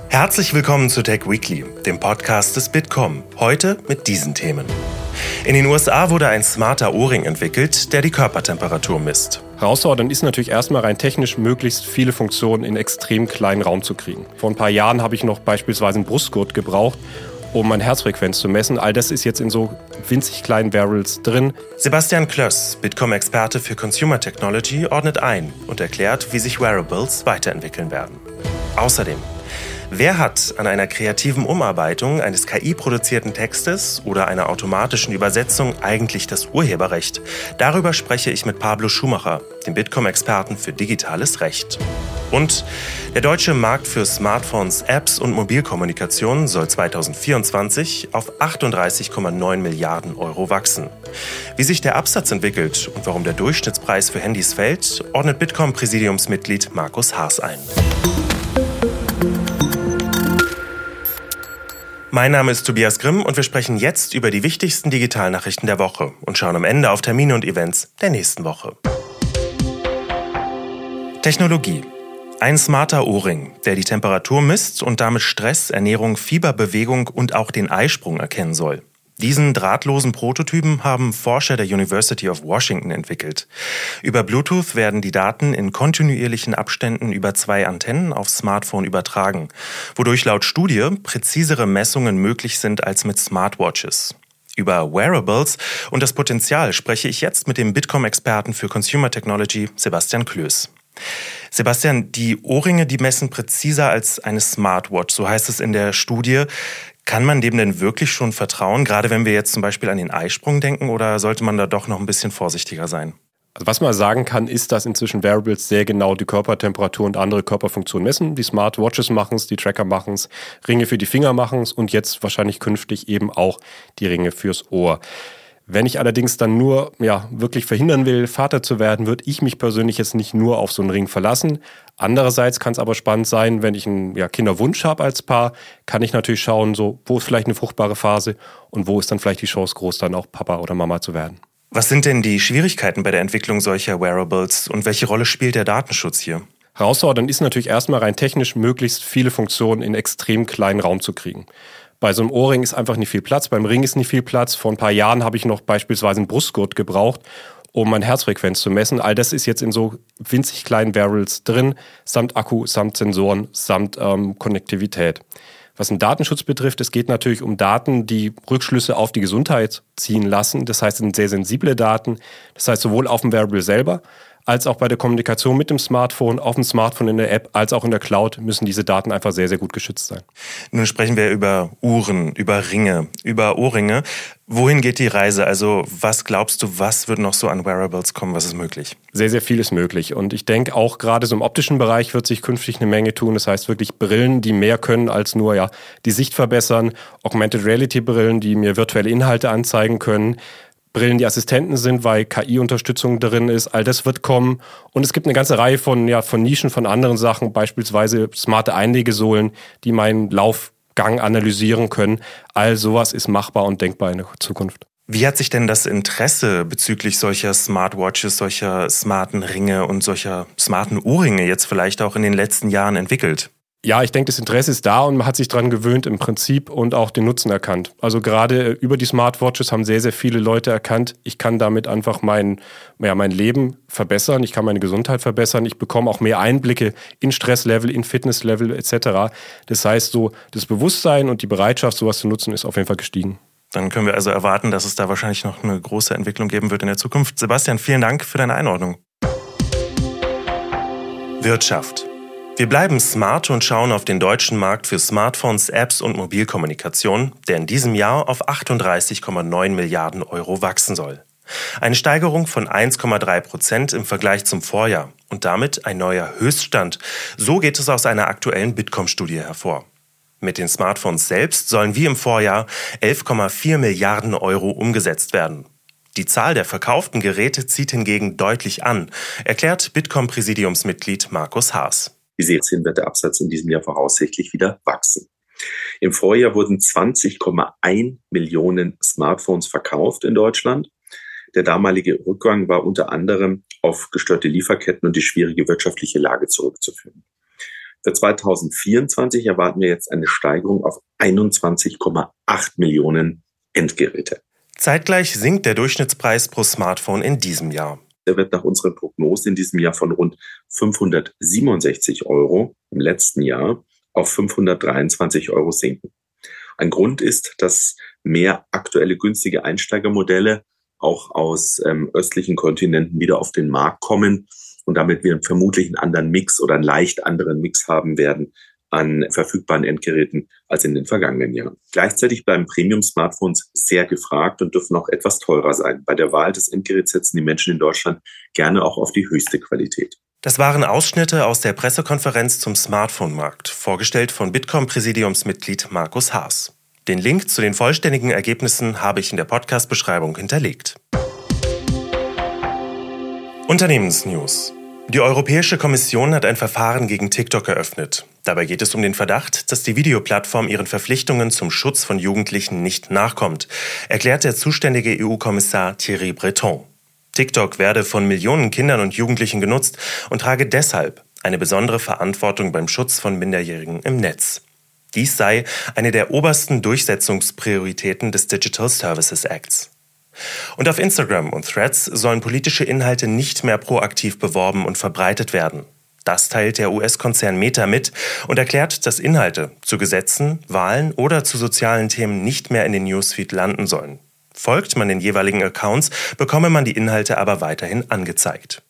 Herzlich willkommen zu Tech Weekly, dem Podcast des Bitkom. Heute mit diesen Themen. In den USA wurde ein smarter Ohrring entwickelt, der die Körpertemperatur misst. Herausfordernd ist natürlich erstmal rein technisch, möglichst viele Funktionen in extrem kleinen Raum zu kriegen. Vor ein paar Jahren habe ich noch beispielsweise einen Brustgurt gebraucht, um meine Herzfrequenz zu messen. All das ist jetzt in so winzig kleinen Wearables drin. Sebastian Klöss, Bitkom-Experte für Consumer Technology, ordnet ein und erklärt, wie sich Wearables weiterentwickeln werden. Außerdem: Wer hat an einer kreativen Umarbeitung eines KI-produzierten Textes oder einer automatischen Übersetzung eigentlich das Urheberrecht? Darüber spreche ich mit Pablo Schumacher, dem Bitkom-Experten für digitales Recht. Und der deutsche Markt für Smartphones, Apps und Mobilkommunikation soll 2024 auf 38,9 Milliarden Euro wachsen. Wie sich der Absatz entwickelt und warum der Durchschnittspreis für Handys fällt, ordnet Bitkom-Präsidiumsmitglied Markus Haas ein. Mein Name ist Tobias Grimm und wir sprechen jetzt über die wichtigsten Digitalnachrichten der Woche und schauen am Ende auf Termine und Events der nächsten Woche. Technologie. Ein smarter Ohrring, der die Temperatur misst und damit Stress, Ernährung, Fieberbewegung und auch den Eisprung erkennen soll. Diesen drahtlosen Prototypen haben Forscher der University of Washington entwickelt. Über Bluetooth werden die Daten in kontinuierlichen Abständen über 2 Antennen aufs Smartphone übertragen, wodurch laut Studie präzisere Messungen möglich sind als mit Smartwatches. Über Wearables und das Potenzial spreche ich jetzt mit dem Bitkom-Experten für Consumer Technology, Sebastian Klöss. Sebastian, die Ohrringe, die messen präziser als eine Smartwatch, so heißt es in der Studie. Kann man dem denn wirklich schon vertrauen, gerade wenn wir jetzt zum Beispiel an den Eisprung denken, oder sollte man da doch noch ein bisschen vorsichtiger sein? Also was man sagen kann, ist, dass inzwischen Wearables sehr genau die Körpertemperatur und andere Körperfunktionen messen. Die Smartwatches machen es, die Tracker machen es, Ringe für die Finger machen es und jetzt wahrscheinlich künftig eben auch die Ringe fürs Ohr. Wenn ich allerdings dann nur wirklich verhindern will, Vater zu werden, würde ich mich persönlich jetzt nicht nur auf so einen Ring verlassen. Andererseits kann es aber spannend sein, wenn ich einen Kinderwunsch habe als Paar, kann ich natürlich schauen, so wo ist vielleicht eine fruchtbare Phase und wo ist dann vielleicht die Chance groß, dann auch Papa oder Mama zu werden. Was sind denn die Schwierigkeiten bei der Entwicklung solcher Wearables und welche Rolle spielt der Datenschutz hier? Herausfordernd ist natürlich erstmal rein technisch, möglichst viele Funktionen in extrem kleinen Raum zu kriegen. Bei so einem Ohrring ist einfach nicht viel Platz, beim Ring ist nicht viel Platz. Vor ein paar Jahren habe ich noch beispielsweise einen Brustgurt gebraucht, um meine Herzfrequenz zu messen. All das ist jetzt in so winzig kleinen Wearables drin, samt Akku, samt Sensoren, samt Konnektivität. Was den Datenschutz betrifft, es geht natürlich um Daten, die Rückschlüsse auf die Gesundheit ziehen lassen. Das heißt, es sind sehr sensible Daten. Das heißt, sowohl auf dem Wearable selber, als auch bei der Kommunikation mit dem Smartphone, auf dem Smartphone in der App, als auch in der Cloud müssen diese Daten einfach sehr, sehr gut geschützt sein. Nun sprechen wir über Uhren, über Ringe, über Ohrringe. Wohin geht die Reise? Also was glaubst du, was wird noch so an Wearables kommen? Was ist möglich? Sehr, sehr viel ist möglich. Und ich denke, auch gerade so im optischen Bereich wird sich künftig eine Menge tun. Das heißt wirklich Brillen, die mehr können als nur die Sicht verbessern. Augmented Reality Brillen, die mir virtuelle Inhalte anzeigen können. Brillen, die Assistenten sind, weil KI-Unterstützung drin ist, all das wird kommen. Und es gibt eine ganze Reihe von Nischen, von anderen Sachen, beispielsweise smarte Einlegesohlen, die meinen Laufgang analysieren können. All sowas ist machbar und denkbar in der Zukunft. Wie hat sich denn das Interesse bezüglich solcher Smartwatches, solcher smarten Ringe und solcher smarten Ohrringe jetzt vielleicht auch in den letzten Jahren entwickelt? Ja, ich denke, das Interesse ist da und man hat sich daran gewöhnt im Prinzip und auch den Nutzen erkannt. Also gerade über die Smartwatches haben sehr, sehr viele Leute erkannt, ich kann damit einfach mein Leben verbessern, ich kann meine Gesundheit verbessern, ich bekomme auch mehr Einblicke in Stresslevel, in Fitnesslevel etc. Das heißt, so das Bewusstsein und die Bereitschaft, sowas zu nutzen, ist auf jeden Fall gestiegen. Dann können wir also erwarten, dass es da wahrscheinlich noch eine große Entwicklung geben wird in der Zukunft. Sebastian, vielen Dank für deine Einordnung. Wirtschaft. Wir bleiben smart und schauen auf den deutschen Markt für Smartphones, Apps und Mobilkommunikation, der in diesem Jahr auf 38,9 Milliarden Euro wachsen soll. Eine Steigerung von 1,3% im Vergleich zum Vorjahr und damit ein neuer Höchststand. So geht es aus einer aktuellen Bitkom-Studie hervor. Mit den Smartphones selbst sollen wie im Vorjahr 11,4 Milliarden Euro umgesetzt werden. Die Zahl der verkauften Geräte zieht hingegen deutlich an, erklärt Bitkom-Präsidiumsmitglied Markus Haas. Wie Sie jetzt sehen, wird der Absatz in diesem Jahr voraussichtlich wieder wachsen. Im Vorjahr wurden 20,1 Millionen Smartphones verkauft in Deutschland. Der damalige Rückgang war unter anderem auf gestörte Lieferketten und die schwierige wirtschaftliche Lage zurückzuführen. Für 2024 erwarten wir jetzt eine Steigerung auf 21,8 Millionen Endgeräte. Zeitgleich sinkt der Durchschnittspreis pro Smartphone in diesem Jahr. Der wird nach unseren Prognosen in diesem Jahr von rund 567 € im letzten Jahr auf 523 € sinken. Ein Grund ist, dass mehr aktuelle günstige Einsteigermodelle auch aus östlichen Kontinenten wieder auf den Markt kommen und damit wir vermutlich einen anderen Mix oder einen leicht anderen Mix haben werden an verfügbaren Endgeräten als in den vergangenen Jahren. Gleichzeitig bleiben Premium-Smartphones sehr gefragt und dürfen auch etwas teurer sein. Bei der Wahl des Endgeräts setzen die Menschen in Deutschland gerne auch auf die höchste Qualität. Das waren Ausschnitte aus der Pressekonferenz zum Smartphone-Markt, vorgestellt von Bitkom-Präsidiumsmitglied Markus Haas. Den Link zu den vollständigen Ergebnissen habe ich in der Podcast-Beschreibung hinterlegt. Unternehmensnews. Die Europäische Kommission hat ein Verfahren gegen TikTok eröffnet. Dabei geht es um den Verdacht, dass die Videoplattform ihren Verpflichtungen zum Schutz von Jugendlichen nicht nachkommt, erklärt der zuständige EU-Kommissar Thierry Breton. TikTok werde von Millionen Kindern und Jugendlichen genutzt und trage deshalb eine besondere Verantwortung beim Schutz von Minderjährigen im Netz. Dies sei eine der obersten Durchsetzungsprioritäten des Digital Services Acts. Und auf Instagram und Threads sollen politische Inhalte nicht mehr proaktiv beworben und verbreitet werden. Das teilt der US-Konzern Meta mit und erklärt, dass Inhalte zu Gesetzen, Wahlen oder zu sozialen Themen nicht mehr in den Newsfeed landen sollen. Folgt man den jeweiligen Accounts, bekomme man die Inhalte aber weiterhin angezeigt.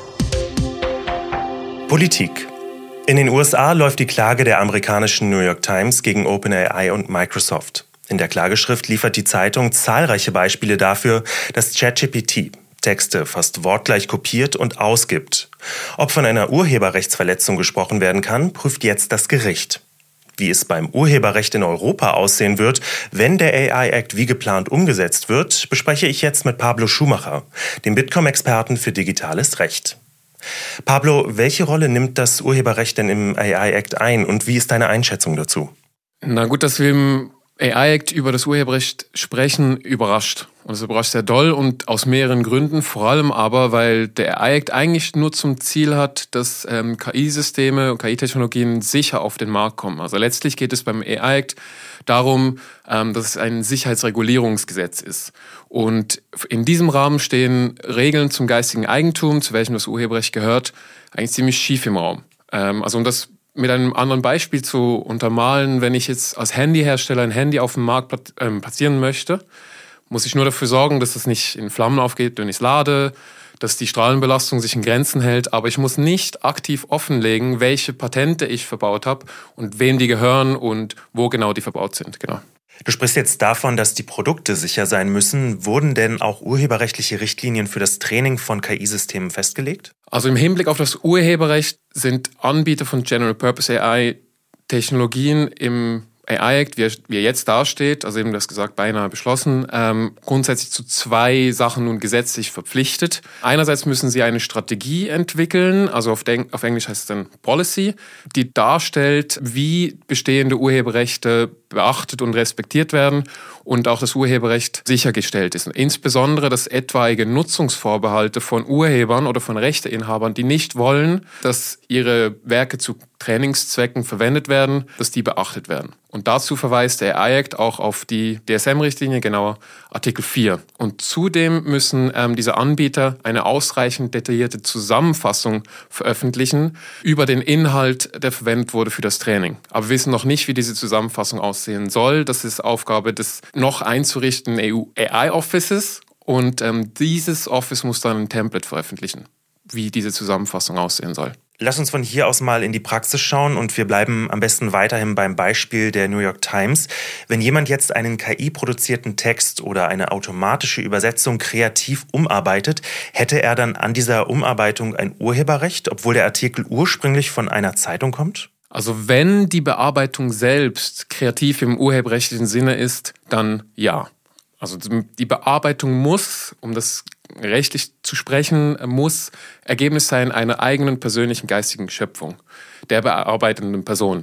Politik. In den USA läuft die Klage der amerikanischen New York Times gegen OpenAI und Microsoft. In der Klageschrift liefert die Zeitung zahlreiche Beispiele dafür, dass ChatGPT Texte fast wortgleich kopiert und ausgibt. Ob von einer Urheberrechtsverletzung gesprochen werden kann, prüft jetzt das Gericht. Wie es beim Urheberrecht in Europa aussehen wird, wenn der AI-Act wie geplant umgesetzt wird, bespreche ich jetzt mit Pablo Schumacher, dem Bitkom-Experten für digitales Recht. Pablo, welche Rolle nimmt das Urheberrecht denn im AI-Act ein und wie ist deine Einschätzung dazu? Na gut, dass wir im AI-Act über das Urheberrecht sprechen, überrascht. Und es überrascht sehr doll und aus mehreren Gründen. Vor allem aber, weil der AI-Act eigentlich nur zum Ziel hat, dass KI-Systeme und KI-Technologien sicher auf den Markt kommen. Also letztlich geht es beim AI-Act darum, dass es ein Sicherheitsregulierungsgesetz ist. Und in diesem Rahmen stehen Regeln zum geistigen Eigentum, zu welchem das Urheberrecht gehört, eigentlich ziemlich schief im Raum. Also um das mit einem anderen Beispiel zu untermalen, wenn ich jetzt als Handyhersteller ein Handy auf dem Markt platzieren möchte, muss ich nur dafür sorgen, dass es nicht in Flammen aufgeht, wenn ich es lade, dass die Strahlenbelastung sich in Grenzen hält, aber ich muss nicht aktiv offenlegen, welche Patente ich verbaut habe und wem die gehören und wo genau die verbaut sind. Genau. Du sprichst jetzt davon, dass die Produkte sicher sein müssen. Wurden denn auch urheberrechtliche Richtlinien für das Training von KI-Systemen festgelegt? Also im Hinblick auf das Urheberrecht sind Anbieter von General Purpose AI-Technologien im AI-Act, wie er jetzt dasteht, also eben das gesagt, beinahe beschlossen, grundsätzlich zu zwei Sachen nun gesetzlich verpflichtet. Einerseits müssen sie eine Strategie entwickeln, also auf Englisch heißt es dann Policy, die darstellt, wie bestehende Urheberrechte beachtet und respektiert werden und auch das Urheberrecht sichergestellt ist. Und insbesondere, dass etwaige Nutzungsvorbehalte von Urhebern oder von Rechteinhabern, die nicht wollen, dass ihre Werke zu Trainingszwecken verwendet werden, dass die beachtet werden. Und dazu verweist der AI-Act auch auf die DSM-Richtlinie, genauer Artikel 4. Und zudem müssen diese Anbieter eine ausreichend detaillierte Zusammenfassung veröffentlichen über den Inhalt, der verwendet wurde für das Training. Aber wir wissen noch nicht, wie diese Zusammenfassung aussehen soll. Das ist Aufgabe des noch einzurichten EU-AI-Offices. Und dieses Office muss dann ein Template veröffentlichen, wie diese Zusammenfassung aussehen soll. Lass uns von hier aus mal in die Praxis schauen und wir bleiben am besten weiterhin beim Beispiel der New York Times. Wenn jemand jetzt einen KI-produzierten Text oder eine automatische Übersetzung kreativ umarbeitet, hätte er dann an dieser Umarbeitung ein Urheberrecht, obwohl der Artikel ursprünglich von einer Zeitung kommt? Also wenn die Bearbeitung selbst kreativ im urheberrechtlichen Sinne ist, dann ja. Also die Bearbeitung muss, um das rechtlich zu sprechen, muss Ergebnis sein einer eigenen persönlichen geistigen Schöpfung der bearbeitenden Person.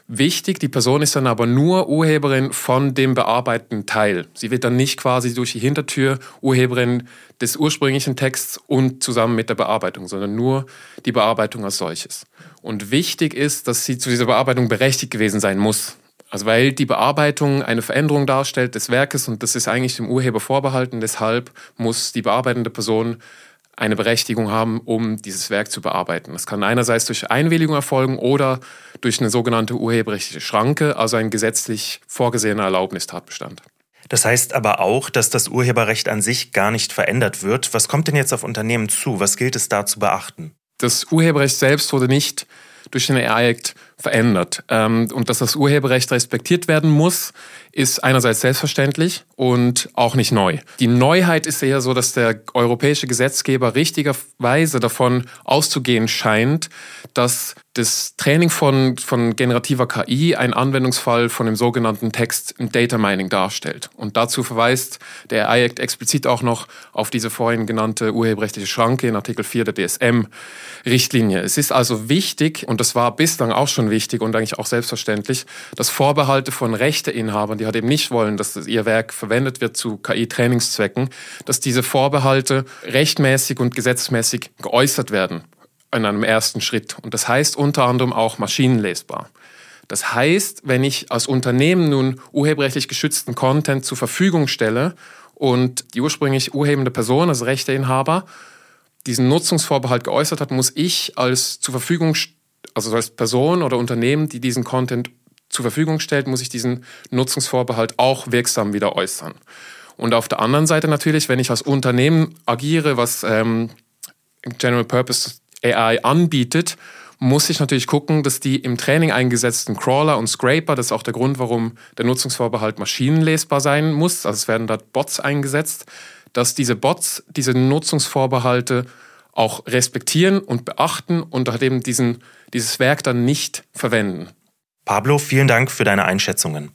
Wichtig, die Person ist dann aber nur Urheberin von dem bearbeiteten Teil. Sie wird dann nicht quasi durch die Hintertür Urheberin des ursprünglichen Texts und zusammen mit der Bearbeitung, sondern nur die Bearbeitung als solches. Und wichtig ist, dass sie zu dieser Bearbeitung berechtigt gewesen sein muss. Also weil die Bearbeitung eine Veränderung darstellt des Werkes und das ist eigentlich dem Urheber vorbehalten. Deshalb muss die bearbeitende Person eine Berechtigung haben, um dieses Werk zu bearbeiten. Das kann einerseits durch Einwilligung erfolgen oder durch eine sogenannte urheberrechtliche Schranke, also ein gesetzlich vorgesehener Erlaubnistatbestand. Das heißt aber auch, dass das Urheberrecht an sich gar nicht verändert wird. Was kommt denn jetzt auf Unternehmen zu? Was gilt es da zu beachten? Das Urheberrecht selbst wurde nicht durch den AI Act verändert. Und dass das Urheberrecht respektiert werden muss, ist einerseits selbstverständlich und auch nicht neu. Die Neuheit ist eher so, dass der europäische Gesetzgeber richtigerweise davon auszugehen scheint, dass das Training von generativer KI ein Anwendungsfall von dem sogenannten Text Data Mining darstellt. Und dazu verweist der AI Act explizit auch noch auf diese vorhin genannte urheberrechtliche Schranke in Artikel 4 der DSM-Richtlinie. Es ist also wichtig, und das war bislang auch schon wichtig und eigentlich auch selbstverständlich, dass Vorbehalte von Rechteinhabern, die halt eben nicht wollen, dass ihr Werk verwendet wird zu KI-Trainingszwecken, dass diese Vorbehalte rechtmäßig und gesetzmäßig geäußert werden in einem ersten Schritt. Und das heißt unter anderem auch maschinenlesbar. Das heißt, wenn ich als Unternehmen nun urheberrechtlich geschützten Content zur Verfügung stelle und die ursprünglich urhebende Person, also Rechteinhaber, diesen Nutzungsvorbehalt geäußert hat, muss ich als Person oder Unternehmen, die diesen Content zur Verfügung stellt, muss ich diesen Nutzungsvorbehalt auch wirksam wieder äußern. Und auf der anderen Seite natürlich, wenn ich als Unternehmen agiere, was General Purpose AI anbietet, muss ich natürlich gucken, dass die im Training eingesetzten Crawler und Scraper, das ist auch der Grund, warum der Nutzungsvorbehalt maschinenlesbar sein muss, also es werden dort Bots eingesetzt, dass diese Bots diese Nutzungsvorbehalte auch respektieren und beachten und halt eben dieses Werk dann nicht verwenden. Pablo, vielen Dank für deine Einschätzungen.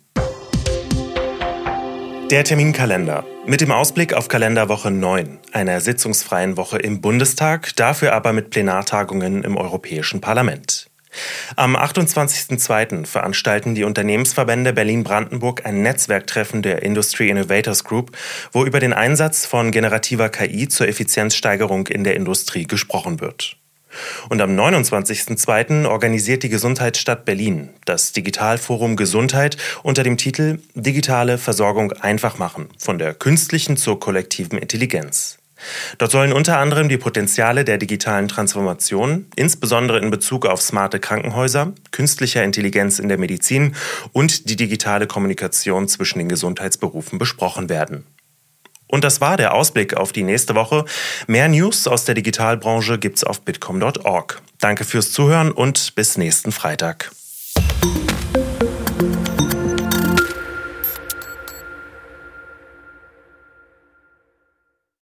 Der Terminkalender. Mit dem Ausblick auf Kalenderwoche 9, einer sitzungsfreien Woche im Bundestag, dafür aber mit Plenartagungen im Europäischen Parlament. Am 28.02. veranstalten die Unternehmensverbände Berlin-Brandenburg ein Netzwerktreffen der Industry Innovators Group, wo über den Einsatz von generativer KI zur Effizienzsteigerung in der Industrie gesprochen wird. Und am 29.02. organisiert die Gesundheitsstadt Berlin das Digitalforum Gesundheit unter dem Titel Digitale Versorgung einfach machen, von der künstlichen zur kollektiven Intelligenz. Dort sollen unter anderem die Potenziale der digitalen Transformation, insbesondere in Bezug auf smarte Krankenhäuser, künstlicher Intelligenz in der Medizin und die digitale Kommunikation zwischen den Gesundheitsberufen besprochen werden. Und das war der Ausblick auf die nächste Woche. Mehr News aus der Digitalbranche gibt's auf bitkom.org. Danke fürs Zuhören und bis nächsten Freitag.